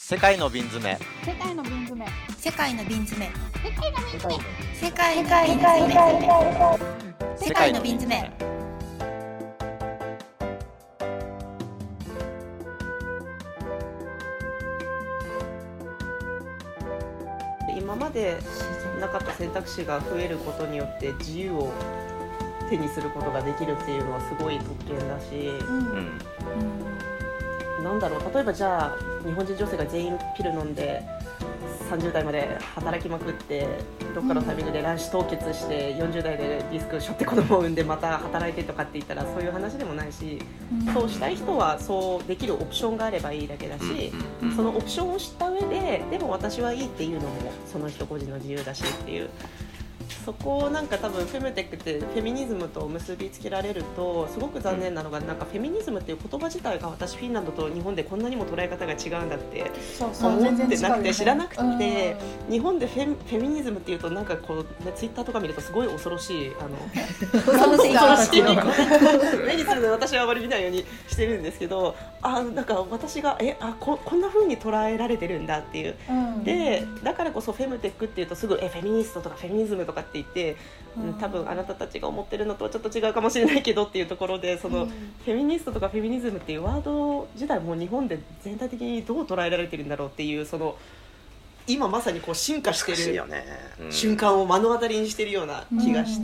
世界の瓶詰め。 世界の瓶詰め。 世界の瓶詰め。 世界の瓶詰め。 世界の瓶詰め。世界の瓶詰め。 今までなかった選択肢が増えることによって自由を手にすることができるっていうのはすごい特権だし、なんだろう、例えばじゃあ日本人女性が全員ピル飲んで30代まで働きまくってどっかのタイミングで卵子凍結して40代でリスクしょって子供を産んでまた働いてとかって言ったらそういう話でもないし、そうしたい人はそうできるオプションがあればいいだけだし、そのオプションを知った上ででも私はいいっていうのもその人個人の自由だしっていう、そこをなんか多分フェムテックってフェミニズムと結びつけられるとすごく残念なのが、なんかフェミニズムっていう言葉自体が私フィンランドと日本でこんなにも捉え方が違うんだって思ってなくて、知らなくて、日本でフェミニズムっていうとなんかこう、ね、ツイッターとか見るとすごい恐ろしい恐ろしい目にするので私はあまり見ないようにしてるんですけど、なんか私がこんな風に捉えられてるんだっていう、でだからこそフェムテックっていうとすぐフェミニストとかフェミニズムとかって言って、多分あなたたちが思ってるのとはちょっと違うかもしれないけどっていうところで、そのフェミニストとかフェミニズムっていうワード自体も日本で全体的にどう捉えられてるんだろうっていう、その今まさにこう進化してる瞬間を目の当たりにしてるような気がして、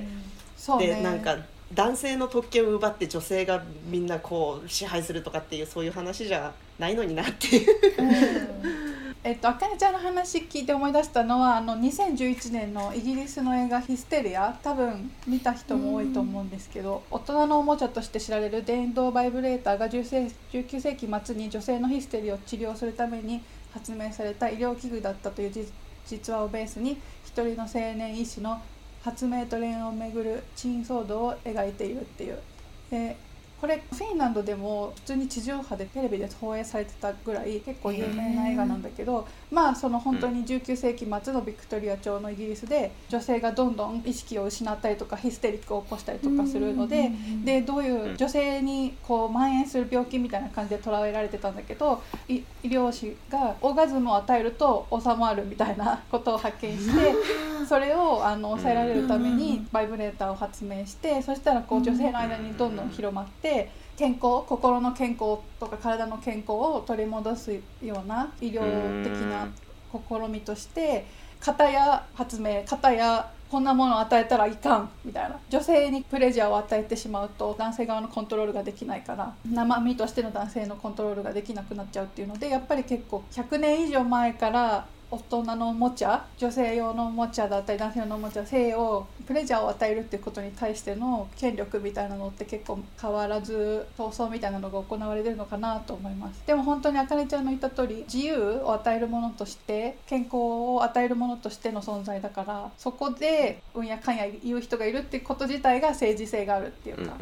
でなんか男性の特権を奪って女性がみんなこう支配するとかっていうそういう話じゃないのになっていうあかねちゃんの話聞いて思い出したのは2011年のイギリスの映画ヒステリア、多分見た人も多いと思うんですけど、大人のおもちゃとして知られる電動バイブレーターが19世紀末に女性のヒステリーを治療するために発明された医療器具だったという実話をベースに一人の青年医師の発明と恋愛をめぐる珍騒動を描いているっていう。でこれフィンランドでも普通に地上波でテレビで放映されてたぐらい結構有名な映画なんだけど、その本当に19世紀末のビクトリア朝のイギリスで女性がどんどん意識を失ったりとかヒステリックを起こしたりとかするので、どういう女性にこう蔓延する病気みたいな感じで捉えられてたんだけど、医療士がオーガズムを与えると収まるみたいなことを発見してそれを抑えられるためにバイブレーターを発明して、そしたらこう女性の間にどんどん広まって心の健康とか体の健康を取り戻すような医療的な試みとして、片や発明片やこんなものを与えたらいかんみたいな、女性にプレジャーを与えてしまうと男性側のコントロールができないから生身としての男性のコントロールができなくなっちゃうっていうので、やっぱり結構100年以上前から大人のおもちゃ、女性用のおもちゃだったり男性用のおもちゃ、性をプレジャーを与えるっていうことに対しての権力みたいなのって結構変わらず闘争みたいなのが行われてるのかなと思います。でも本当にあかねちゃんの言った通り、自由を与えるものとして健康を与えるものとしての存在だから、そこでうんやかんや言う人がいるっていうこと自体が政治性があるっていうか、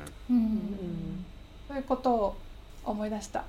そういうことを思い出した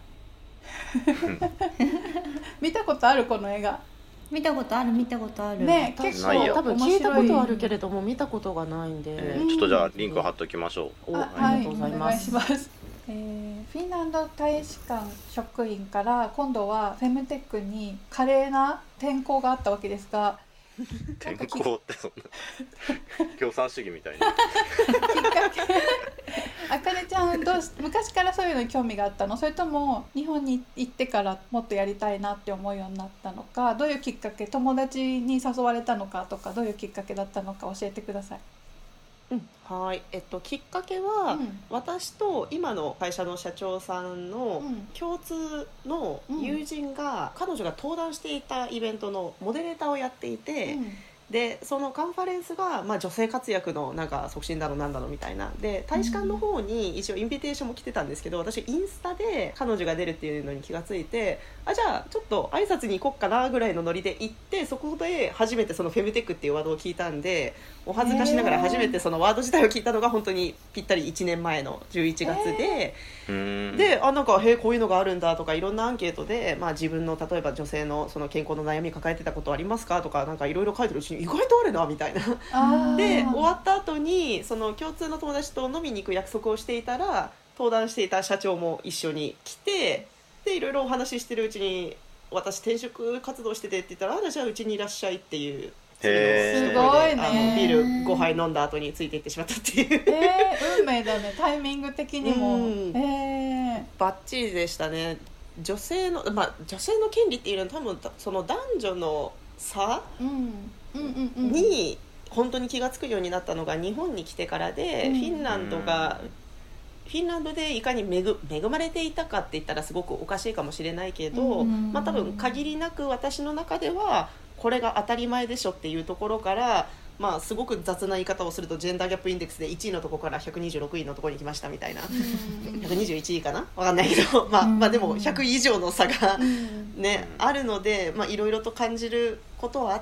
見たことあるこの映画？ 見たことあるね、結構多分聞いたことあるけれども見たことがないんで、 ちょっとじゃあリンク貼っときましょう。 ありがとうございます。 お願いします。フィンランド大使館職員から今度はフェムテックに華麗な転校があったわけですが、 転校ってそんな共産主義みたいなきっかけあかねちゃん昔からそういうのに興味があったの？それとも日本に行ってからもっとやりたいなって思うようになったのか、どういうきっかけ、友達に誘われたのかとか、どういうきっかけだったのか教えてください。 はい、きっかけは、私と今の会社の社長さんの共通の友人が、彼女が登壇していたイベントのモデレーターをやっていて、でそのカンファレンスが、女性活躍のなんか促進だのなんだのみたいなで、大使館の方に一応インビテーションも来てたんですけど、私インスタで彼女が出るっていうのに気がついて、じゃあちょっと挨拶に行こっかなぐらいのノリで行って、そこで初めてそのフェムテックっていうワードを聞いたんで、お恥ずかしながら初めてそのワード自体を聞いたのが本当にぴったり1年前の11月で、でなんかこういうのがあるんだとか、いろんなアンケートで、自分の例えば女性のその健康の悩み抱えてたことありますかとか、なんかいろいろ書いてるうちに意外とあるなみたいなで終わった後にその共通の友達と飲みに行く約束をしていたら、登壇していた社長も一緒に来て、でいろいろお話ししてるうちに私転職活動しててって言ったら、じゃあうちにいらっしゃいっていうへーすごいね。 ビール5杯飲んだ後についていってしまったっていう運命だね、タイミング的にも。 バッチリでしたね。女性の権利っていうのは多分その男女の差に本当に気がつくようになったのが日本に来てからで、フィンランドでいかに恵まれていたかって言ったらすごくおかしいかもしれないけど、多分限りなく私の中ではこれが当たり前でしょっていうところから、すごく雑な言い方をするとジェンダーギャップインデックスで1位のところから126位のところに来ましたみたいな、121位かな分かんないけど、でも100位以上の差が、ねあるので、いろいろと感じることはあって、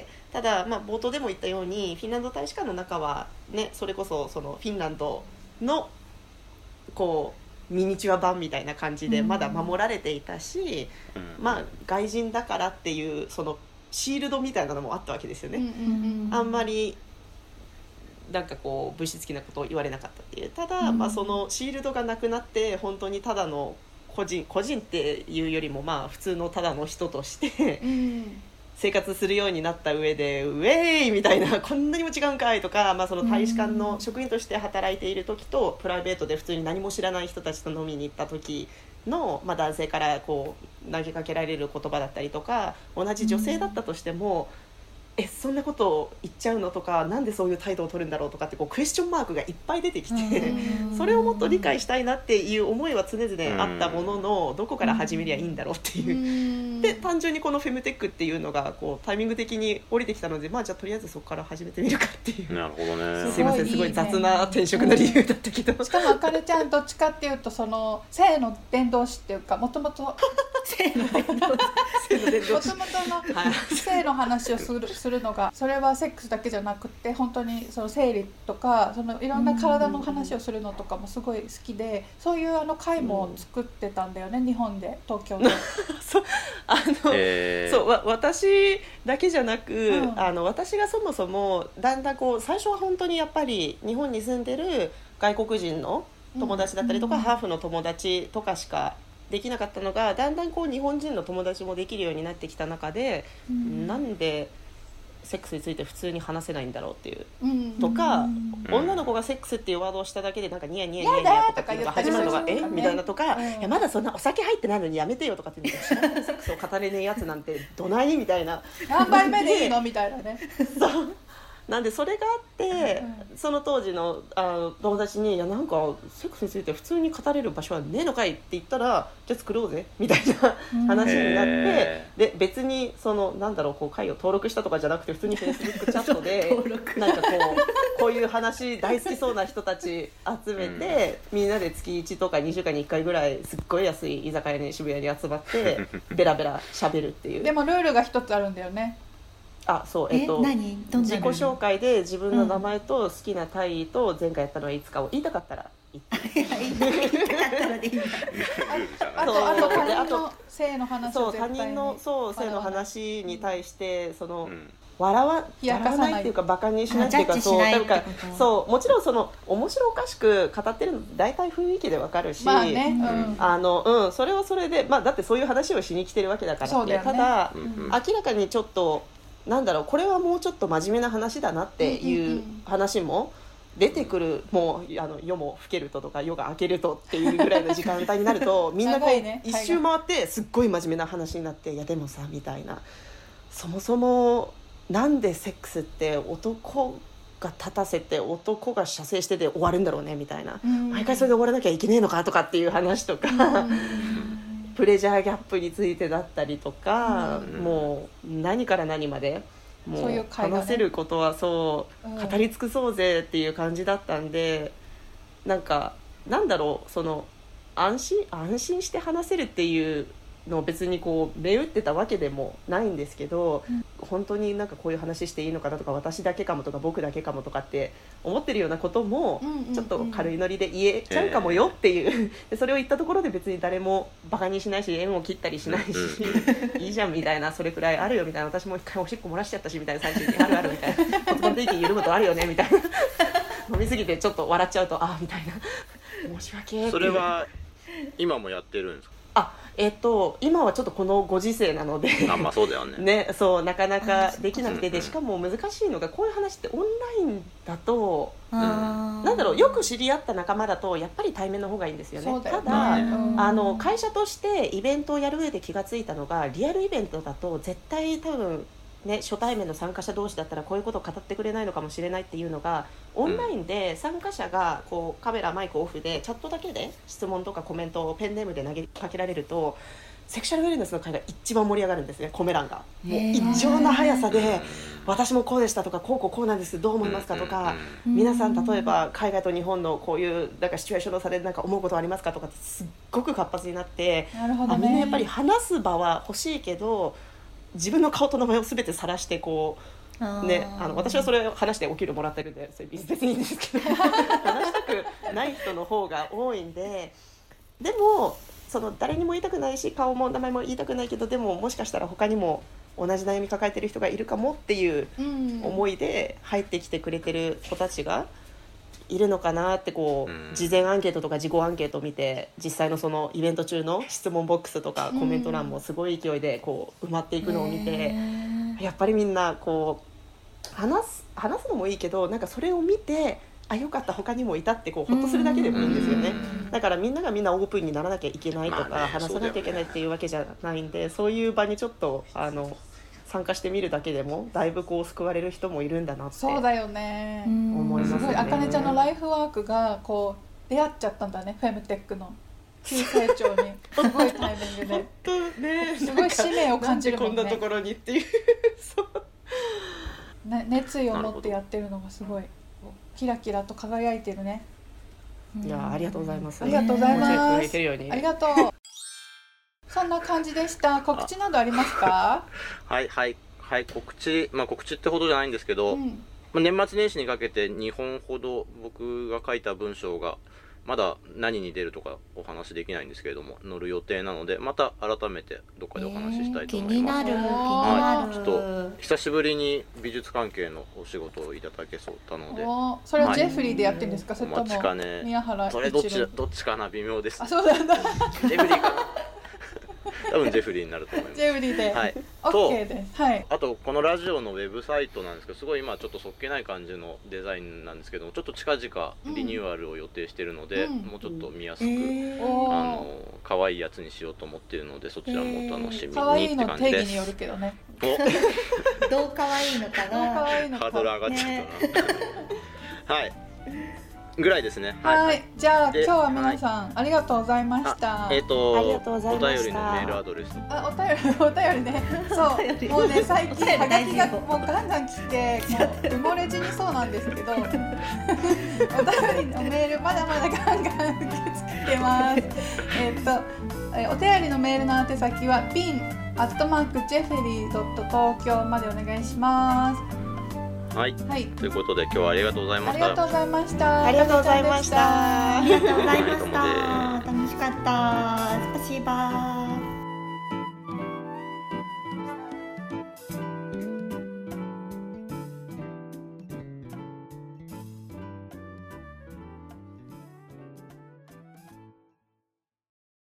ただ、冒頭でも言ったようにフィンランド大使館の中は、ね、それこそそのフィンランドのこうミニチュア版みたいな感じでまだ守られていたし、外人だからっていうそのシールドみたいなのもあったわけですよね。あんまりなんかこう物質的なことを言われなかったっていう。ただ、そのシールドがなくなって本当にただの個人っていうよりも普通のただの人として生活するようになった上で、ウェイみたいな、こんなにも違うんかいとか、その大使館の職員として働いている時とプライベートで普通に何も知らない人たちと飲みに行った時の、男性からこう投げかけられる言葉だったりとか、同じ女性だったとしても、そんなことを言っちゃうのとか、なんでそういう態度を取るんだろうとかってこうクエスチョンマークがいっぱい出てきて、それをもっと理解したいなっていう思いは常々あったものの、どこから始めりゃいいんだろうっていうで、単純にこのフェムテックっていうのがこうタイミング的に降りてきたので、じゃあとりあえずそこから始めてみるかっていう。 なるほどね。 すいません、すごい雑な転職の理由だったけど、 しかもあかねちゃんどっちかっていうとその性の伝道師っていうか、もともと性の伝道師の性の話をするのが、それはセックスだけじゃなくて本当にその生理とかそのいろんな体の話をするのとかもすごい好きで、そういう会も作ってたんだよね、日本で、東京でそう私だけじゃなく、私がそもそもだんだんこう最初は本当にやっぱり日本に住んでる外国人の友達だったりとか、ハーフの友達とかしかできなかったのが、だんだんこう日本人の友達もできるようになってきた中で、なんでセックスについて普通に話せないんだろうっていう、とか、女の子がセックスっていうワードをしただけでなんかニヤニヤニヤニヤとかっていうのが始まるのがみたいなとか、いやまだそんなお酒入ってないのにやめてよとかって言って、知らないセックスを語れねえやつなんてどないみたいな、 何杯目でいいのみたいなね。 そうなんでそれがあって、その当時の友達に、いやなんかセックスについて普通に語れる場所はねえのかいって言ったら、じゃあ作ろうぜみたいな話になって、で別にそのこう会を登録したとかじゃなくて、普通に Facebook チャットでなんかこういう話大好きそうな人たち集めて、みんなで月1とか2週間に1回ぐらいすっごい安い居酒屋に渋谷に集まってベラベラ喋るっていう。 でもルールが一つあるんだよね。 そう何どんな自己紹介で自分の名前と好きな体位と前回やったのはいつかを言いたかったら言って言いたかったらでいいんだ。 あと他人の性の話を絶対に、 他人の性の話に対してその、笑わないっていうかバカにしないっていうか、そうもちろんその面白おかしく語ってるの大体雰囲気でわかるし、それはそれで、だってそういう話をしに来てるわけだからって、ただ明らかにちょっとこれはもうちょっと真面目な話だなっていう話も出てくる、もう夜も更けるととか夜が明けるとっていうぐらいの時間帯になるとみんなこう一周回ってすっごい真面目な話になって、いやでもさみたいな、そもそもなんでセックスって男が立たせて男が射精してで終わるんだろうねみたいな、毎回それで終わらなきゃいけねえのかとかっていう話とか、プレジャーギャップについてだったりとか、もう何から何までもう話せることは語り尽くそうぜっていう感じだったんで、その安心して話せるっていうのを別にこう銘打ってたわけでもないんですけど、本当にこういう話していいのかなとか、私だけかもとか僕だけかもとかって思ってるようなこともちょっと軽いノリで言えちゃうかもよっていう、それを言ったところで別に誰もバカにしないし縁を切ったりしないしいいじゃんみたいな、それくらいあるよみたいな、私も一回おしっこ漏らしちゃったしみたいな、最中にあるあるみたいな、言葉の息緩むとあるよねみたいな飲みすぎてちょっと笑っちゃうとみたいな申し訳っていう。 それは今もやってるんですか？ 今はちょっとこのご時世なのでまあそうだよねね、そうなかなかできなくて、でしかも難しいのがこういう話ってオンラインだと、なんだろう、よく知り合った仲間だとやっぱり対面の方がいいんですよね。 そうだよねただ、会社としてイベントをやる上で気がついたのが、リアルイベントだと絶対多分ね、初対面の参加者同士だったらこういうことを語ってくれないのかもしれないっていうのが、オンラインで参加者がこうカメラマイクオフでチャットだけで質問とかコメントをペンネームで投げかけられると、セクシャルウェルネスの会が一番盛り上がるんですね。コメ欄がもう異常な速さで、私もこうでしたとか、こうなんですどう思いますかとか、皆さん例えば海外と日本のこういうなんかシチュエーションの差でなんか思うことはありますかとかってすっごく活発になって、 なるほどね、 みんなやっぱり話す場は欲しいけど、自分の顔と名前を全て晒してこうね、私はそれを話してお給料もらってるんでそれ別にいいんですけど話したくない人の方が多いんで、でもその誰にも言いたくないし、顔も名前も言いたくないけど、でももしかしたら他にも同じ悩み抱えてる人がいるかもっていう思いで入ってきてくれてる子たちがいるのかなって、こう事前アンケートとか自己アンケートを見て、実際のそのイベント中の質問ボックスとかコメント欄もすごい勢いでこう埋まっていくのを見て、やっぱりみんなこう話すのもいいけど、なんかそれを見て、あ、よかった他にもいたってこうほっとするだけでもいいんですよね。だからみんながみんなオープンにならなきゃいけないとか、話さなきゃいけないっていうわけじゃないんで、そういう場にちょっと参加してみるだけでもだいぶこう救われる人もいるんだなってそうだよね、 思いますね。 すごいあかねちゃんのライフワークがこう出会っちゃったんだね、フェムテックの急成長にすごいタイミングで本当ね、 すごい使命を感じるもんね。 なんでこんなところにっていうそうね、熱意を持ってやってるのがすごいキラキラと輝いてるね。 いや、ありがとうございます。 ありがとうございます。 ありがとう。そんな感じでした。告知などありますか？ はい告知、告知ってほどじゃないんですけど、年末年始にかけて2本ほど僕が書いた文章がまだ何に出るとかお話できないんですけれども載る予定なので、また改めてどっかでお話ししたいと思います。 気になる。 ちょっと久しぶりに美術関係のお仕事をいただけそうなので、 それはジェフリーでやってるんですか？それとも宮原一郎？ それどっちかな、微妙です。 あ、そうなんだ。 ジェフリーかな。多分ジェフリーになると思います。 ジェフリーで、 はい、 OK です。はい。 あとこのラジオのウェブサイトなんですけど、すごい今ちょっとそっけない感じのデザインなんですけど、ちょっと近々リニューアルを予定しているので、もうちょっと見やすく、可愛いやつにしようと思っているので、そちらもお楽しみにって感じです。可愛いの定義によるけどね。 どう可愛いのかな。 ハードル上がっちゃったな。はい。ぐらいですね。 はい、じゃあ今日は皆さんありがとうございました。 ありがとうございました。 お便りのメールアドレス。 お便りね。そう、もうね最近ハガキがもうガンガン来て、埋もれ死にそうなんですけど、お便りのメールまだまだガンガン受け付けます。お便りのメールの宛先は bin@jeffery.tokyo までお願いします。 はい、ということで今日はありがとうございました。 ありがとうございました。 ありがとうございました。 ありがとうございました。楽しかった。スパシーバー。